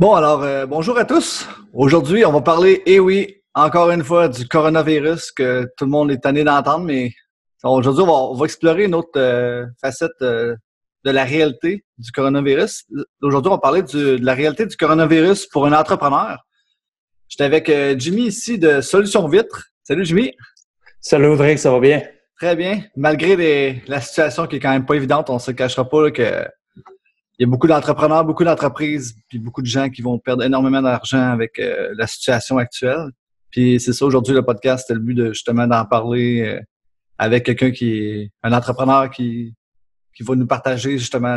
Bon, alors, bonjour à tous. Aujourd'hui, on va parler, eh oui, encore une fois, du coronavirus que tout le monde est tanné d'entendre, mais aujourd'hui, on va explorer une autre facette de la réalité du coronavirus. Aujourd'hui, on va parler de la réalité du coronavirus pour un entrepreneur. J'étais avec Jimmy ici de Solutions Vitres. Salut Jimmy. Salut Audrey, ça va bien? Très bien. Malgré la situation qui est quand même pas évidente, on se cachera pas là, que il y a beaucoup d'entrepreneurs, beaucoup d'entreprises, puis beaucoup de gens qui vont perdre énormément d'argent avec la situation actuelle. Puis c'est ça, aujourd'hui, le podcast, c'était le but de justement d'en parler avec quelqu'un qui est un entrepreneur qui va nous partager justement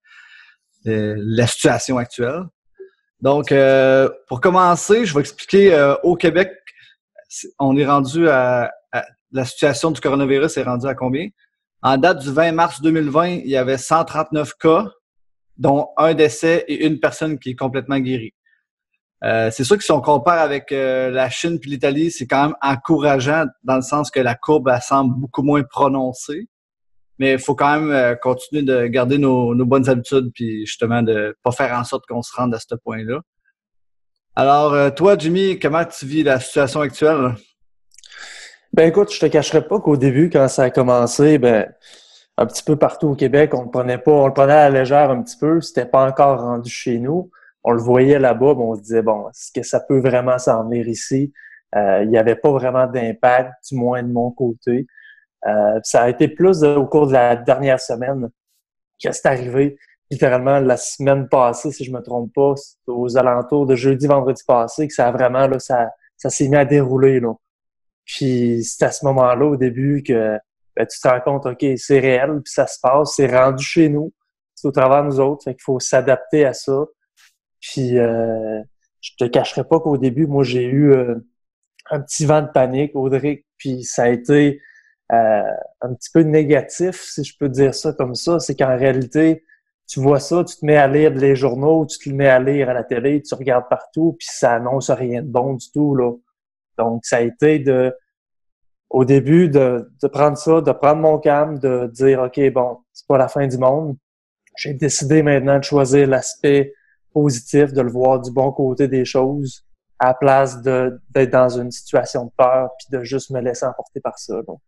la situation actuelle. Donc, pour commencer, je vais expliquer au Québec, on est rendu à la situation du coronavirus est rendue à combien? En date du 20 mars 2020, il y avait 139 cas, dont un décès et une personne qui est complètement guérie. C'est sûr que si on compare avec la Chine puis l'Italie, c'est quand même encourageant dans le sens que la courbe elle semble beaucoup moins prononcée. Mais il faut quand même continuer de garder nos bonnes habitudes puis justement de pas faire en sorte qu'on se rende à ce point-là. Alors, toi, Jimmy, comment tu vis la situation actuelle? Ben écoute, je te cacherai pas qu'au début, quand ça a commencé, un petit peu partout au Québec, on le prenait à la légère un petit peu, c'était pas encore rendu chez nous. On le voyait là-bas, on se disait, bon, est-ce que ça peut vraiment s'en venir ici? Il n'y avait pas vraiment d'impact, du moins de mon côté. Ça a été plus au cours de la dernière semaine que c'est arrivé. Littéralement, la semaine passée, si je me trompe pas, aux alentours de jeudi, vendredi passé, que ça a vraiment, là, ça s'est mis à dérouler, là. Puis c'est à ce moment-là, au début, que tu te rends compte, OK, c'est réel, puis ça se passe, c'est rendu chez nous, c'est au travers de nous autres, fait qu'il faut s'adapter à ça. Puis je te cacherai pas qu'au début, moi, j'ai eu un petit vent de panique, Audrey, puis ça a été un petit peu négatif, si je peux dire ça comme ça. C'est qu'en réalité, tu vois ça, tu te mets à lire les journaux, tu te mets à lire à la télé, tu regardes partout, puis ça annonce rien de bon du tout, là. Donc, ça a été au début de prendre ça, de prendre mon calme, de dire, OK, bon, c'est pas la fin du monde. J'ai décidé maintenant de choisir l'aspect positif, de le voir du bon côté des choses, à la place d'être dans une situation de peur puis de juste me laisser emporter par ça. Donc.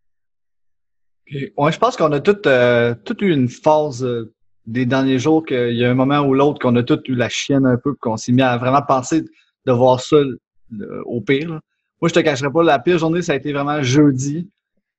Okay. Ouais, je pense qu'on a tout eu une phase des derniers jours qu'il y a un moment ou l'autre qu'on a tout eu la chienne un peu, qu'on s'est mis à vraiment penser de voir ça au pire. Là. Moi, je te cacherai pas, la pire journée, ça a été vraiment jeudi.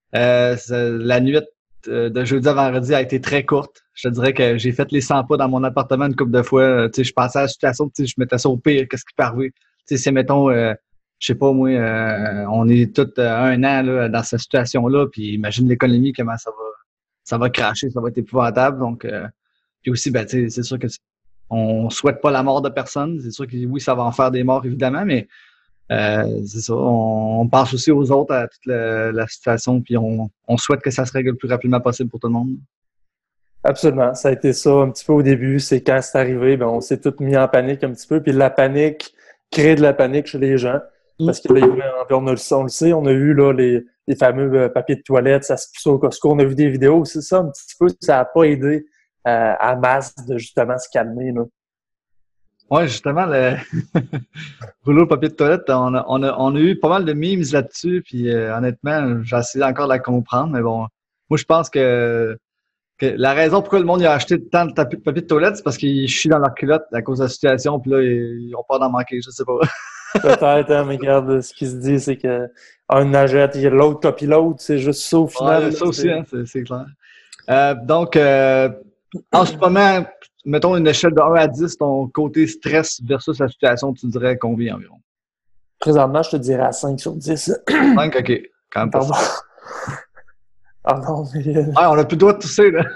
La nuit de jeudi à vendredi a été très courte. Je te dirais que j'ai fait les 100 pas dans mon appartement une couple de fois. Tu sais, je pensais à la situation, tu sais, je mettais ça au pire, qu'est-ce qui peut arriver. Tu sais, c'est mettons, je sais pas moi, on est tous un an là, dans cette situation-là, puis imagine l'économie, comment ça va cracher, ça va être épouvantable. Donc, puis aussi, ben, tu sais, c'est sûr que on souhaite pas la mort de personne. C'est sûr que oui, ça va en faire des morts, évidemment, mais c'est ça. On pense aussi aux autres, à toute la situation, puis on souhaite que ça se règle le plus rapidement possible pour tout le monde. Absolument. Ça a été ça un petit peu au début. C'est quand c'est arrivé, on s'est tous mis en panique un petit peu. Puis la panique crée de la panique chez les gens. Parce que là, on le sait, on a eu là, les fameux papiers de toilette, ça se pousse au Costco, on a vu des vidéos. C'est ça, un petit peu, ça n'a pas aidé à masse de justement se calmer. Là. Ouais, justement, le rouleau de papier de toilette, on a eu pas mal de memes là-dessus, puis honnêtement, j'ai essayé encore de la comprendre, mais bon, moi je pense que la raison pourquoi le monde a acheté tant de papier de toilette, c'est parce qu'ils chient dans leur culotte à cause de la situation, puis là, ils ont peur d'en manquer, je sais pas. Peut-être, hein, mais regarde, ce qui se dit, c'est que un achète, il y a l'autre copie l'autre, c'est juste ça au final. Ouais, ça aussi, hein, c'est clair. Donc, en ce moment, mettons une échelle de 1 à 10, ton côté stress versus la situation, tu dirais combien environ? Présentement, je te dirais à 5 sur 10. 5, ok. Quand même pas Pardon. ça. Pardon, mais... Ouais, on a plus le droit de tousser, là.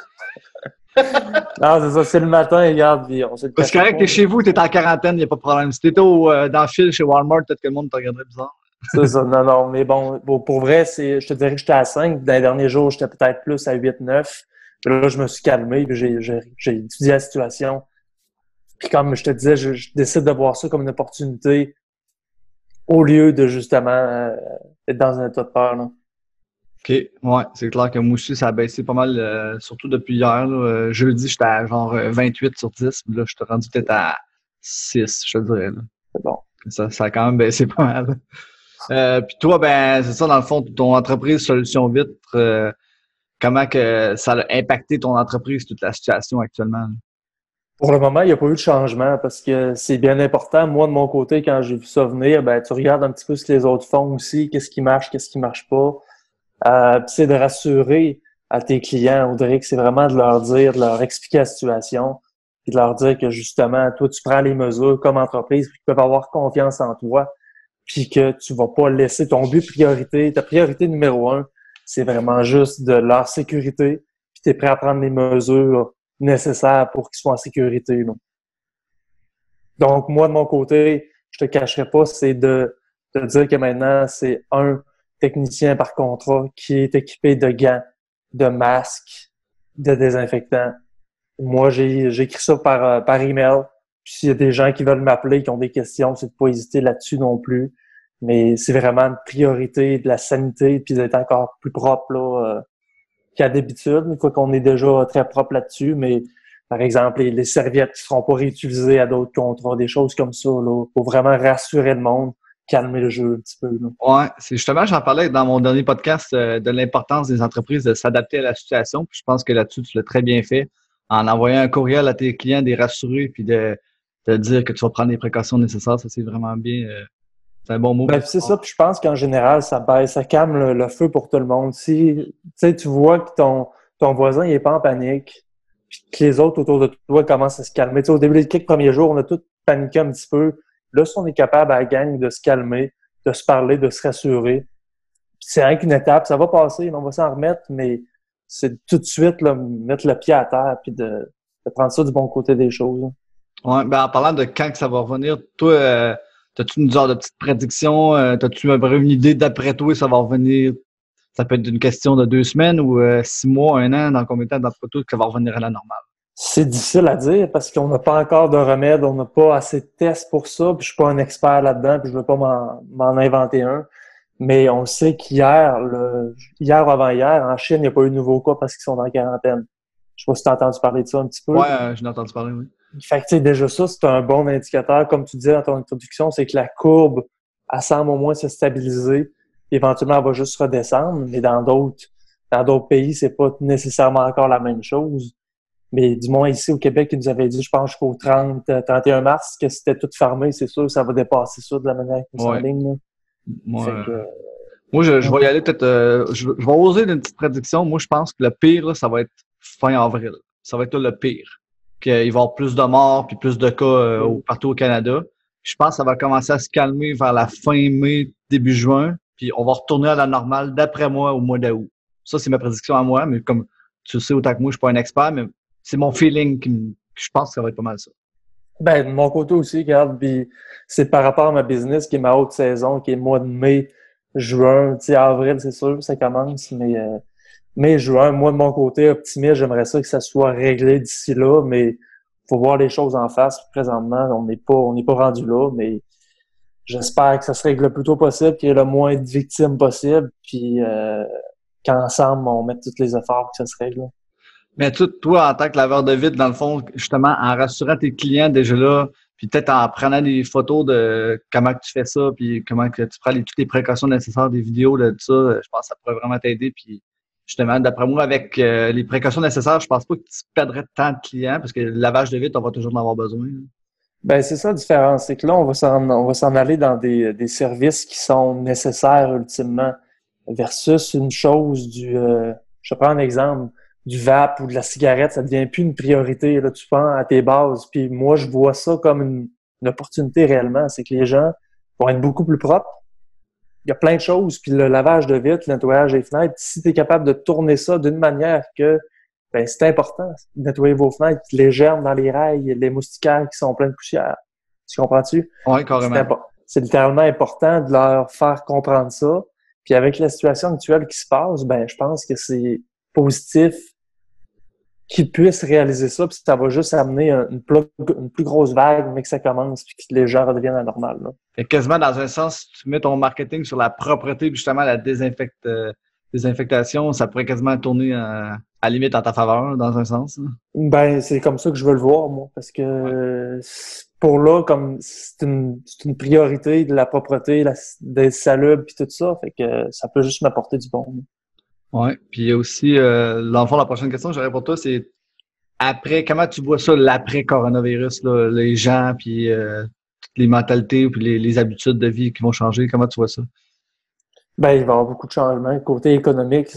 Non, c'est ça, c'est le matin, regarde, on se le C'est correct, t'es chez vous, t'es en quarantaine, y a pas de problème. Si t'étais dans le fil chez Walmart, peut-être que le monde te regarderait bizarre. C'est ça, non, mais bon, pour vrai, je te dirais que j'étais à 5. Dans les derniers jours, j'étais peut-être plus à 8, 9. Puis là, je me suis calmé, puis j'ai étudié la situation. Puis comme je te disais, je décide de voir ça comme une opportunité au lieu de justement être dans un état de peur. Là. OK, ouais, c'est clair que moi aussi, ça a baissé pas mal, surtout depuis hier. Là. Jeudi, j'étais à genre 28 sur 10, puis là, je suis rendu peut-être à 6, je te dirais. Là. C'est bon. Ça a quand même baissé pas mal. Puis toi, ben, c'est ça, dans le fond, ton entreprise Solution Vitre, comment que ça a impacté ton entreprise, toute la situation actuellement? Là? Pour le moment, il n'y a pas eu de changement parce que c'est bien important. Moi, de mon côté, quand j'ai vu ça venir, ben, tu regardes un petit peu ce que les autres font aussi, qu'est-ce qui marche pas. Puis c'est de rassurer à tes clients, Audrey, que c'est vraiment de leur dire, de leur expliquer la situation, puis de leur dire que justement, toi, tu prends les mesures comme entreprise, puis qu'ils peuvent avoir confiance en toi, puis que tu vas pas laisser ton but priorité, ta priorité numéro 1, c'est vraiment juste de leur sécurité, puis tu es prêt à prendre les mesures nécessaires pour qu'ils soient en sécurité. Là. Donc, moi, de mon côté, je te cacherai pas, c'est de dire que maintenant, c'est un technicien par contrat qui est équipé de gants, de masques, de désinfectants. Moi, j'ai écrit ça par email. Puis s'il y a des gens qui veulent m'appeler, qui ont des questions, c'est de pas hésiter là-dessus non plus. Mais c'est vraiment une priorité de la sanité, puis d'être encore plus propre là, qu'à d'habitude, une fois qu'on est déjà très propre là-dessus. Mais par exemple, les serviettes qui seront pas réutilisées à d'autres contrats, des choses comme ça, là, pour vraiment rassurer le monde, calmer le jeu un petit peu. Là. Ouais, c'est justement, j'en parlais dans mon dernier podcast de l'importance des entreprises de s'adapter à la situation. Puis je pense que là-dessus, tu l'as très bien fait en envoyant un courriel à tes clients, de les rassurer, puis de dire que tu vas prendre les précautions nécessaires. Ça, c'est vraiment bien. C'est un bon mot. Ben, c'est ça, puis je pense qu'en général, ça baisse, ça calme le feu pour tout le monde. Si tu vois que ton voisin il est pas en panique, puis que les autres autour de toi commencent à se calmer. Au début des quelques premiers jours, on a tous paniqué un petit peu. Là, si on est capable à la gang de se calmer, de se parler, de se rassurer, c'est rien qu'une étape, ça va passer, on va s'en remettre, mais c'est tout de suite là, mettre le pied à terre puis de prendre ça du bon côté des choses. Là. Ouais, ben en parlant de quand que ça va revenir, toi, as-tu une genre de petite prédiction? As-tu une idée d'après toi ça va revenir? Ça peut être une question de 2 semaines ou 6 mois, 1 an, dans combien de temps d'après toi que ça va revenir à la normale? C'est difficile à dire parce qu'on n'a pas encore de remède, on n'a pas assez de tests pour ça, puis je suis pas un expert là-dedans, puis je veux pas m'en inventer un. Mais on sait qu'hier, hier ou avant-hier, en Chine, il n'y a pas eu de nouveaux cas parce qu'ils sont en quarantaine. Je sais pas si tu as entendu parler de ça un petit peu. Ouais, j'en ai entendu parler, oui. Fait que, tu sais, déjà ça, c'est un bon indicateur. Comme tu disais dans ton introduction, c'est que la courbe, elle semble au moins se stabiliser. Éventuellement, elle va juste redescendre, mais dans d'autres pays, c'est pas nécessairement encore la même chose. Mais du moins ici au Québec, ils nous avaient dit, je pense, jusqu'au 31 mars, que c'était tout fermé. C'est sûr, ça va dépasser ça de la manière qu'ils nous Ouais. s'enlignent. Moi, Fait que, moi je vais y aller peut-être. Je vais oser une petite prédiction. Moi, je pense que le pire, là, ça va être fin avril. Ça va être là, le pire. Qu'il va y avoir plus de morts puis plus de cas partout au Canada. Je pense que ça va commencer à se calmer vers la fin mai, début juin. Puis on va retourner à la normale, d'après moi, au mois d'août. Ça, c'est ma prédiction à moi. Mais comme tu le sais autant que moi, je suis pas un expert, mais c'est mon feeling que je pense que ça va être pas mal ça. ben, de mon côté aussi, regarde, puis c'est par rapport à ma business qui est ma haute saison, qui est mois de mai, juin, tu sais, avril, c'est sûr, ça commence, mais juin, moi, de mon côté, optimiste, j'aimerais ça que ça soit réglé d'ici là, mais faut voir les choses en face. Présentement, on n'est pas rendu là, mais j'espère que ça se règle le plus tôt possible, qu'il y ait le moins de victimes possible, puis qu'ensemble, on mette tous les efforts pour que ça se règle. Là. Mais toi, en tant que laveur de vitre, dans le fond, justement, en rassurant tes clients déjà là, puis peut-être en prenant des photos de comment que tu fais ça, puis comment que tu prends toutes les précautions nécessaires, des vidéos de tout ça, je pense que ça pourrait vraiment t'aider. Puis justement, d'après moi, avec les précautions nécessaires, je pense pas que tu perdrais tant de clients, parce que le lavage de vitre, on va toujours en avoir besoin. Ben, c'est ça la différence. C'est que là, on va s'en aller dans des services qui sont nécessaires ultimement versus une chose je prends un exemple, du vape ou de la cigarette, ça devient plus une priorité. Là, tu penses à tes bases. Puis moi, je vois ça comme une opportunité réellement. C'est que les gens vont être beaucoup plus propres. Il y a plein de choses. Puis le lavage de vitres, le nettoyage des fenêtres, si tu es capable de tourner ça d'une manière que ben, c'est important de nettoyer vos fenêtres, les germes dans les rails, les moustiquaires qui sont pleins de poussière. Tu comprends-tu? Oui, carrément. C'est littéralement important de leur faire comprendre ça. Puis avec la situation actuelle qui se passe, ben je pense que c'est positif qu'ils puissent réaliser ça, puis ça va juste amener une plus grosse vague, mais que ça commence, puis que les gens redeviennent à la normale. Là. Fait que quasiment dans un sens, tu mets ton marketing sur la propreté, puis justement la désinfectation, ça pourrait quasiment tourner à la limite en ta faveur, dans un sens. Hein. Ben, c'est comme ça que je veux le voir, moi, parce que pour là, comme c'est une priorité de la propreté, d'être salubre puis tout ça, fait que ça peut juste m'apporter du bon. Ouais. Puis il y a aussi, dans le fond, la prochaine question que j'aurais pour toi, c'est après, comment tu vois ça, l'après-coronavirus, là, les gens, puis toutes les mentalités, puis les habitudes de vie qui vont changer, comment tu vois ça? Ben, il va y avoir beaucoup de changements. Côté économique,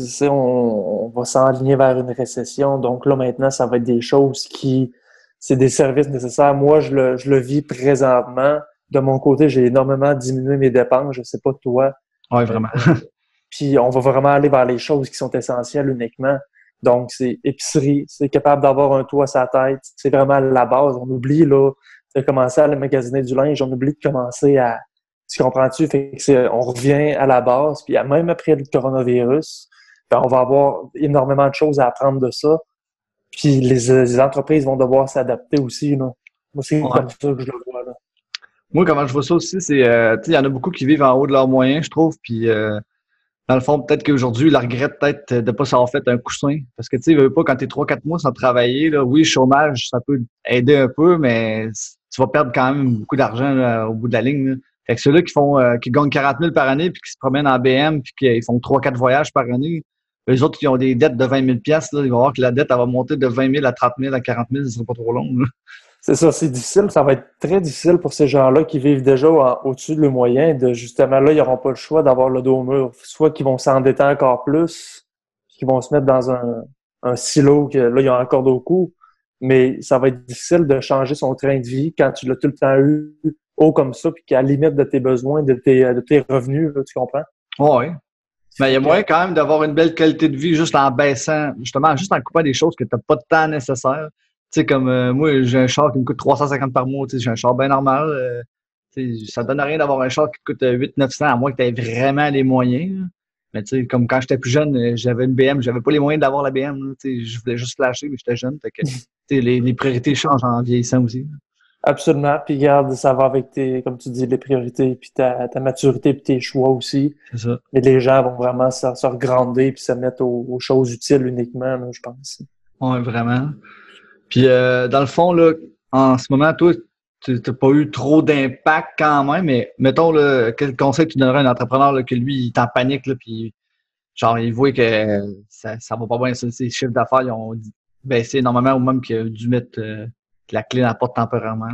on va s'enligner vers une récession. Donc là, maintenant, ça va être des choses c'est des services nécessaires. Moi, je le vis présentement. De mon côté, j'ai énormément diminué mes dépenses. Je sais pas toi. Oui, vraiment. Puis on va vraiment aller vers les choses qui sont essentielles uniquement. Donc, c'est épicerie, c'est capable d'avoir un toit à sa tête. C'est vraiment la base. On oublie, là, de commencer à aller magasiner du linge. On oublie de commencer à... Tu comprends-tu? Fait que on revient à la base. Puis même après le coronavirus, ben, on va avoir énormément de choses à apprendre de ça. Puis les entreprises vont devoir s'adapter aussi, là. Moi, c'est Ouais. comme ça que je le vois, là. Moi, comment je vois ça aussi, c'est, tu sais, il y en a beaucoup qui vivent en haut de leurs moyens, je trouve, puis dans le fond, peut-être qu'aujourd'hui, ils regrettent peut-être de ne pas s'avoir fait un coussin. Parce que, tu sais, veux pas, quand tu es 3-4 mois sans travailler, là, oui, le chômage, ça peut aider un peu, mais tu vas perdre quand même beaucoup d'argent là, au bout de la ligne. Là. Fait que ceux-là qui gagnent 40 000 par année, puis qui se promènent en BM, puis qui font 3-4 voyages par année, les autres qui ont des dettes de 20 000 là, ils vont voir que la dette, elle va monter de 20 000 à 30 000 à 40 000, ce sera pas trop long. Là. C'est ça, c'est difficile. Ça va être très difficile pour ces gens-là qui vivent déjà au-dessus de leurs moyens. De justement, là, ils n'auront pas le choix d'avoir le dos au mur. Soit qu'ils vont s'endetter encore plus, qu'ils vont se mettre dans un silo que là, ils ont encore au cou. Mais ça va être difficile de changer son train de vie quand tu l'as tout le temps eu haut comme ça, puis qu'à la limite de tes besoins, de tes revenus, là, tu comprends? Ouais. Mais il y a Fait que, moyen quand même d'avoir une belle qualité de vie juste en baissant, justement, juste en coupant des choses que tu n'as pas de temps nécessaire. Tu sais, comme moi, j'ai un char qui me coûte 350 par mois, tu sais, j'ai un char bien normal. Tu sais, ça donne rien d'avoir un char qui te coûte 800-900 à moins que tu aies vraiment les moyens. Là. Mais tu sais, comme quand j'étais plus jeune, j'avais une BM, j'avais pas les moyens d'avoir la BM. Là, tu sais, je voulais juste lâcher, mais j'étais jeune. Fait que, tu sais, les priorités changent en vieillissant aussi. absolument. Puis garde, ça va avec comme tu dis, les priorités, puis ta maturité, puis tes choix aussi. C'est ça. Mais les gens vont vraiment se regrander puis se mettre aux choses utiles uniquement, là, je pense. Ouais, vraiment. Puis, dans le fond, là, en ce moment, toi, tu n'as pas eu trop d'impact quand même, mais mettons, là, quel conseil tu donnerais à un entrepreneur là, que lui, il est en panique, là, puis genre, il voit que ça va pas bien, ses chiffres d'affaires, ils ont baissé énormément, ou même qu'il a dû mettre la clé dans la porte temporairement.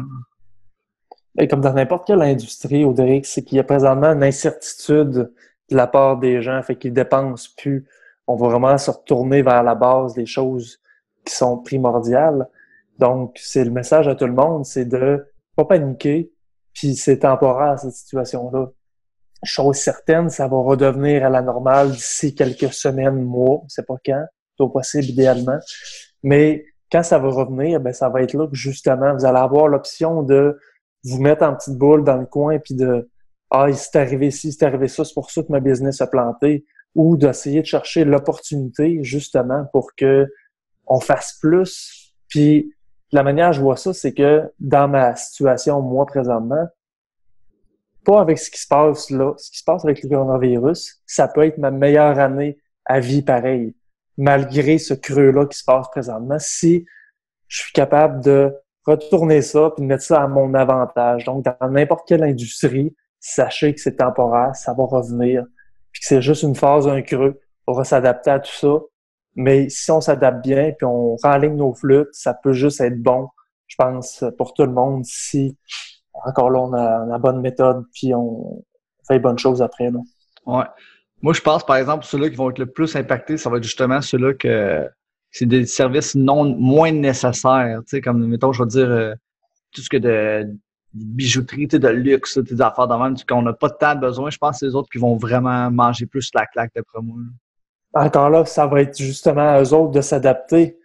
Et comme dans n'importe quelle industrie, Audrey, c'est qu'il y a présentement une incertitude de la part des gens, fait qu'ils dépensent plus. On va vraiment se retourner vers la base des choses qui sont primordiales. Donc, c'est le message à tout le monde, c'est de pas paniquer, puis c'est temporaire, cette situation-là. Chose certaine, ça va redevenir à la normale d'ici quelques semaines, mois, c'est pas quand, c'est possible idéalement. Mais quand ça va revenir, ben ça va être là que justement, vous allez avoir l'option de vous mettre en petite boule dans le coin puis de c'est arrivé ci, c'est arrivé ça, c'est pour ça que ma business a planté, ou d'essayer de chercher l'opportunité justement pour que on fasse plus. Puis la manière dont je vois ça, c'est que dans ma situation, moi, présentement, pas avec ce qui se passe là, ce qui se passe avec le coronavirus, ça peut être ma meilleure année à vie pareil, malgré ce creux-là qui se passe présentement, si je suis capable de retourner ça puis de mettre ça à mon avantage. Donc, dans n'importe quelle industrie, sachez que c'est temporaire, ça va revenir, puis que c'est juste une phase, un creux. On va s'adapter à tout ça. Mais si on s'adapte bien puis on renligne nos flûtes, ça peut juste être bon, je pense, pour tout le monde si encore là, on a la bonne méthode, puis on fait les bonnes choses après. Là. Ouais. Moi, je pense, par exemple, ceux-là qui vont être le plus impactés, ça va être justement ceux-là que c'est des services moins nécessaires. Tu sais, comme, mettons, je vais dire, tout ce que de bijouterie, tu sais, de luxe, des affaires de même, qu'on n'a pas de temps de besoin. Je pense que c'est les autres qui vont vraiment manger plus la claque, d'après moi. Encore là, ça va être justement à eux autres de s'adapter.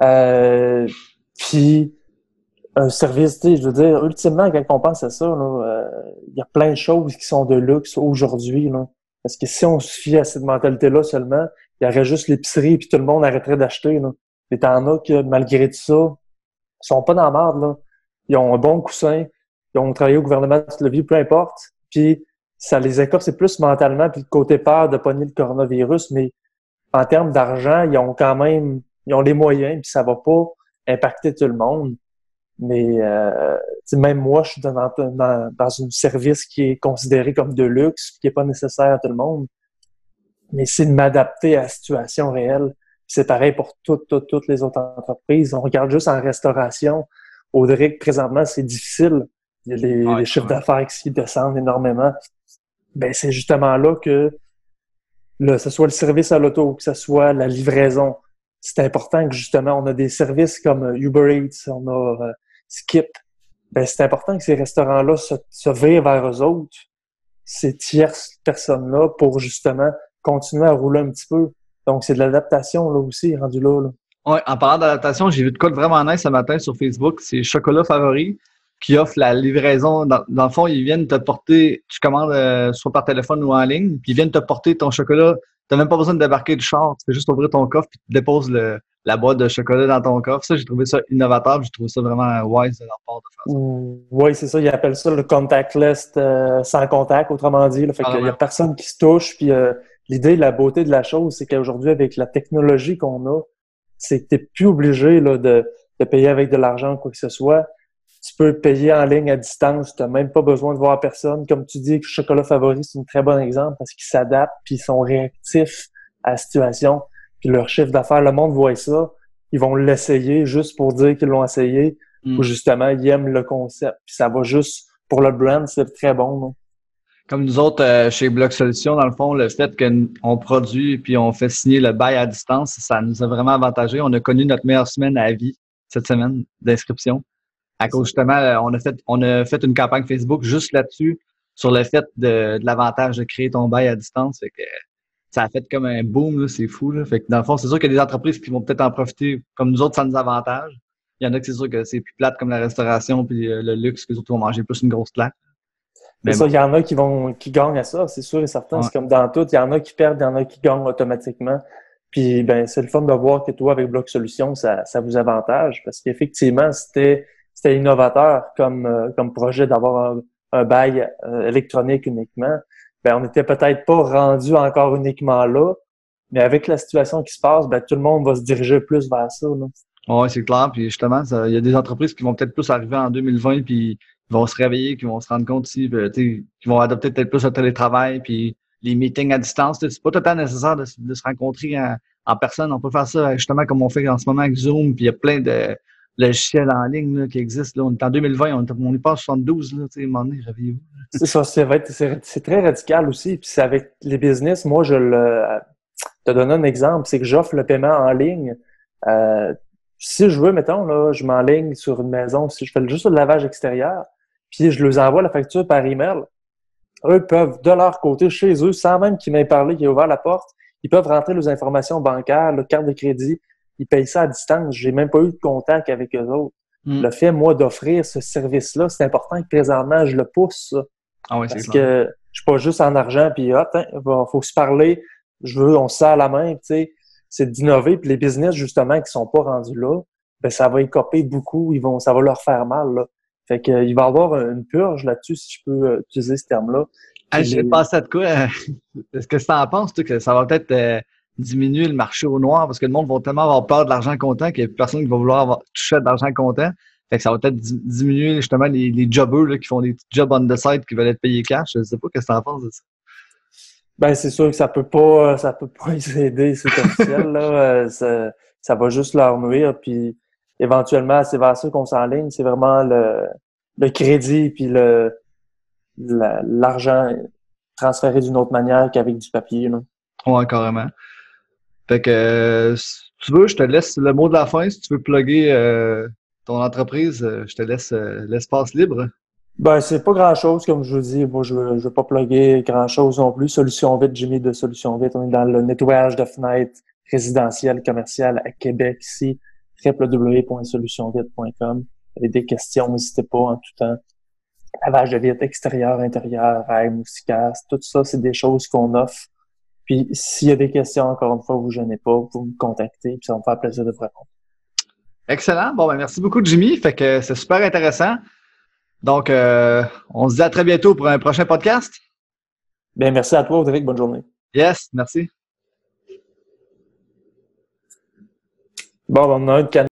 Puis, un service, tu sais, je veux dire, ultimement, quand on pense à ça, il y a plein de choses qui sont de luxe aujourd'hui. Là. Parce que si on se fie à cette mentalité-là seulement, il y aurait juste l'épicerie puis tout le monde arrêterait d'acheter. Là. Mais t'en as que, malgré tout ça, ils sont pas dans la merde, là. Ils ont un bon coussin, ils ont travaillé au gouvernement toute la vie, peu importe. Puis ça les écorce, c'est plus mentalement, puis le côté peur de pogner le coronavirus, mais en termes d'argent, ils ont les moyens, puis ça va pas impacter tout le monde. Mais même moi, je suis dans un service qui est considéré comme de luxe, qui est pas nécessaire à tout le monde. Mais c'est de m'adapter à la situation réelle. C'est pareil pour toutes les autres entreprises. On regarde juste en restauration. Audrey, présentement, c'est difficile. Il y a les chiffres d'affaires qui descendent énormément. Ben, c'est justement là que ce soit le service à l'auto, que ce soit la livraison. C'est important que justement, on a des services comme Uber Eats, on a Skip. Ben, c'est important que ces restaurants-là se virent vers eux autres, ces tierces personnes-là, pour justement continuer à rouler un petit peu. Donc, c'est de l'adaptation là aussi, rendu là. Ouais, en parlant d'adaptation, j'ai vu de quoi de vraiment nice ce matin sur Facebook. C'est Chocolat Favori qui offre la livraison. Dans le fond, ils viennent te porter, tu commandes soit par téléphone ou en ligne, puis ils viennent te porter ton chocolat. Tu n'as même pas besoin de débarquer du char. Tu fais juste ouvrir ton coffre puis tu déposes la boîte de chocolat dans ton coffre. Ça, j'ai trouvé ça innovateur. J'ai trouvé ça vraiment wise de leur part de faire ça. Oui, c'est ça. Ils appellent ça le contactless sans contact, autrement dit. Là. Fait qu'il y a personne qui se touche. Puis l'idée, la beauté de la chose, c'est qu'aujourd'hui, avec la technologie qu'on a, c'est que tu n'es plus obligé là, de payer avec de l'argent ou quoi que ce soit. Tu peux payer en ligne à distance. Tu n'as même pas besoin de voir personne. Comme tu dis, Chocolat Favori, c'est un très bon exemple parce qu'ils s'adaptent puis ils sont réactifs à la situation. Puis leur chiffre d'affaires, le monde voit ça. Ils vont l'essayer juste pour dire qu'ils l'ont essayé ou justement, ils aiment le concept. Puis ça va juste pour le brand, c'est très bon. Non? Comme nous autres, chez Bloc Solutions, dans le fond, le fait qu'on produit puis on fait signer le bail à distance, ça nous a vraiment avantagé. On a connu notre meilleure semaine à vie cette semaine d'inscription. À cause justement, on a fait une campagne Facebook juste là-dessus, sur le fait de l'avantage de créer ton bail à distance. Fait que ça a fait comme un boom, là, c'est fou. Là. Fait que dans le fond, c'est sûr qu'il y a des entreprises qui vont peut-être en profiter. Comme nous autres, ça nous avantage. Il y en a qui c'est sûr que c'est plus plate comme la restauration puis le luxe, que les autres vont manger plus une grosse claque. C'est ça, il y en a qui gagnent à ça, c'est sûr et certain. Ouais. C'est comme dans tout, il y en a qui perdent, il y en a qui gagnent automatiquement. Puis ben c'est le fun de voir que toi, avec Bloc Solutions, ça vous avantage parce qu'effectivement, c'était innovateur comme projet d'avoir un bail électronique uniquement. Ben on n'était peut-être pas rendu encore uniquement là, mais avec la situation qui se passe, ben tout le monde va se diriger plus vers ça. Oui, c'est clair. Puis justement, il y a des entreprises qui vont peut-être plus arriver en 2020 puis ils vont se réveiller, qui vont se rendre compte aussi, qu'ils vont adopter peut-être plus le télétravail, puis les meetings à distance. C'est pas tout le temps nécessaire de se rencontrer en personne. On peut faire ça justement comme on fait en ce moment avec Zoom, puis il y a plein de logiciels en ligne là, qui existent. Là. On est en 2020, on n'est pas en 72, là, à un moment donné, réveillez-vous. C'est ça, c'est très radical aussi. Puis c'est avec les business, moi, te donne un exemple, c'est que j'offre le paiement en ligne. Si je veux, mettons, là, je m'enligne sur une maison, si je fais juste le lavage extérieur, puis je leur envoie la facture par email, eux peuvent, de leur côté, chez eux, sans même qu'ils m'aient parlé, qu'ils aient ouvert la porte, ils peuvent rentrer leurs informations bancaires, leur carte de crédit, ils payent ça à distance. J'ai même pas eu de contact avec eux autres. Le fait, moi, d'offrir ce service-là, c'est important que présentement, je le pousse, ça. Ah oui, parce que je suis pas juste en argent, puis faut se parler, on se serre la main, tu sais. C'est d'innover, puis les business, justement, qui sont pas rendus là, ben ça va écoper beaucoup, ça va leur faire mal, là. Fait que il va y avoir une purge là-dessus, si je peux utiliser ce terme-là. J'ai pensé de quoi? Est-ce que tu en penses, toi, que ça va peut-être diminuer le marché au noir parce que le monde va tellement avoir peur de l'argent comptant qu'il n'y a plus personne qui va vouloir toucher de l'argent comptant. Fait que ça va peut-être diminuer justement les jobbers là, qui font des jobs on the side qui veulent être payés cash. Je sais pas, qu'est-ce que tu en penses de ça? Ben, c'est sûr que ça peut pas les aider, c'est officiel, là. Ça va juste leur nuire, puis éventuellement, c'est vers ça qu'on s'enligne. C'est vraiment le crédit, puis l'argent transféré d'une autre manière qu'avec du papier, là. Ouais, carrément. Fait que, si tu veux, je te laisse le mot de la fin. Si tu veux plugger ton entreprise, je te laisse l'espace libre. Ben, c'est pas grand-chose, comme je vous dis. Moi, je veux pas plugger grand-chose non plus. Solution Vite, Jimmy de Solution Vite. On est dans le nettoyage de fenêtres résidentielles, commerciales à Québec, ici. www.solutionvite.com. Vous avez des questions, n'hésitez pas en tout temps. Lavage de vitre, extérieur, intérieur, règles, moustiquaires, tout ça, c'est des choses qu'on offre. Puis, s'il y a des questions, encore une fois, vous ne gênez pas, vous me contactez, puis ça va me faire plaisir de vous répondre. Excellent. Bon, ben merci beaucoup, Jimmy. Fait que c'est super intéressant. Donc, on se dit à très bientôt pour un prochain podcast. Bien, merci à toi, Audrey. Bonne journée. Yes, merci. Bon, on a un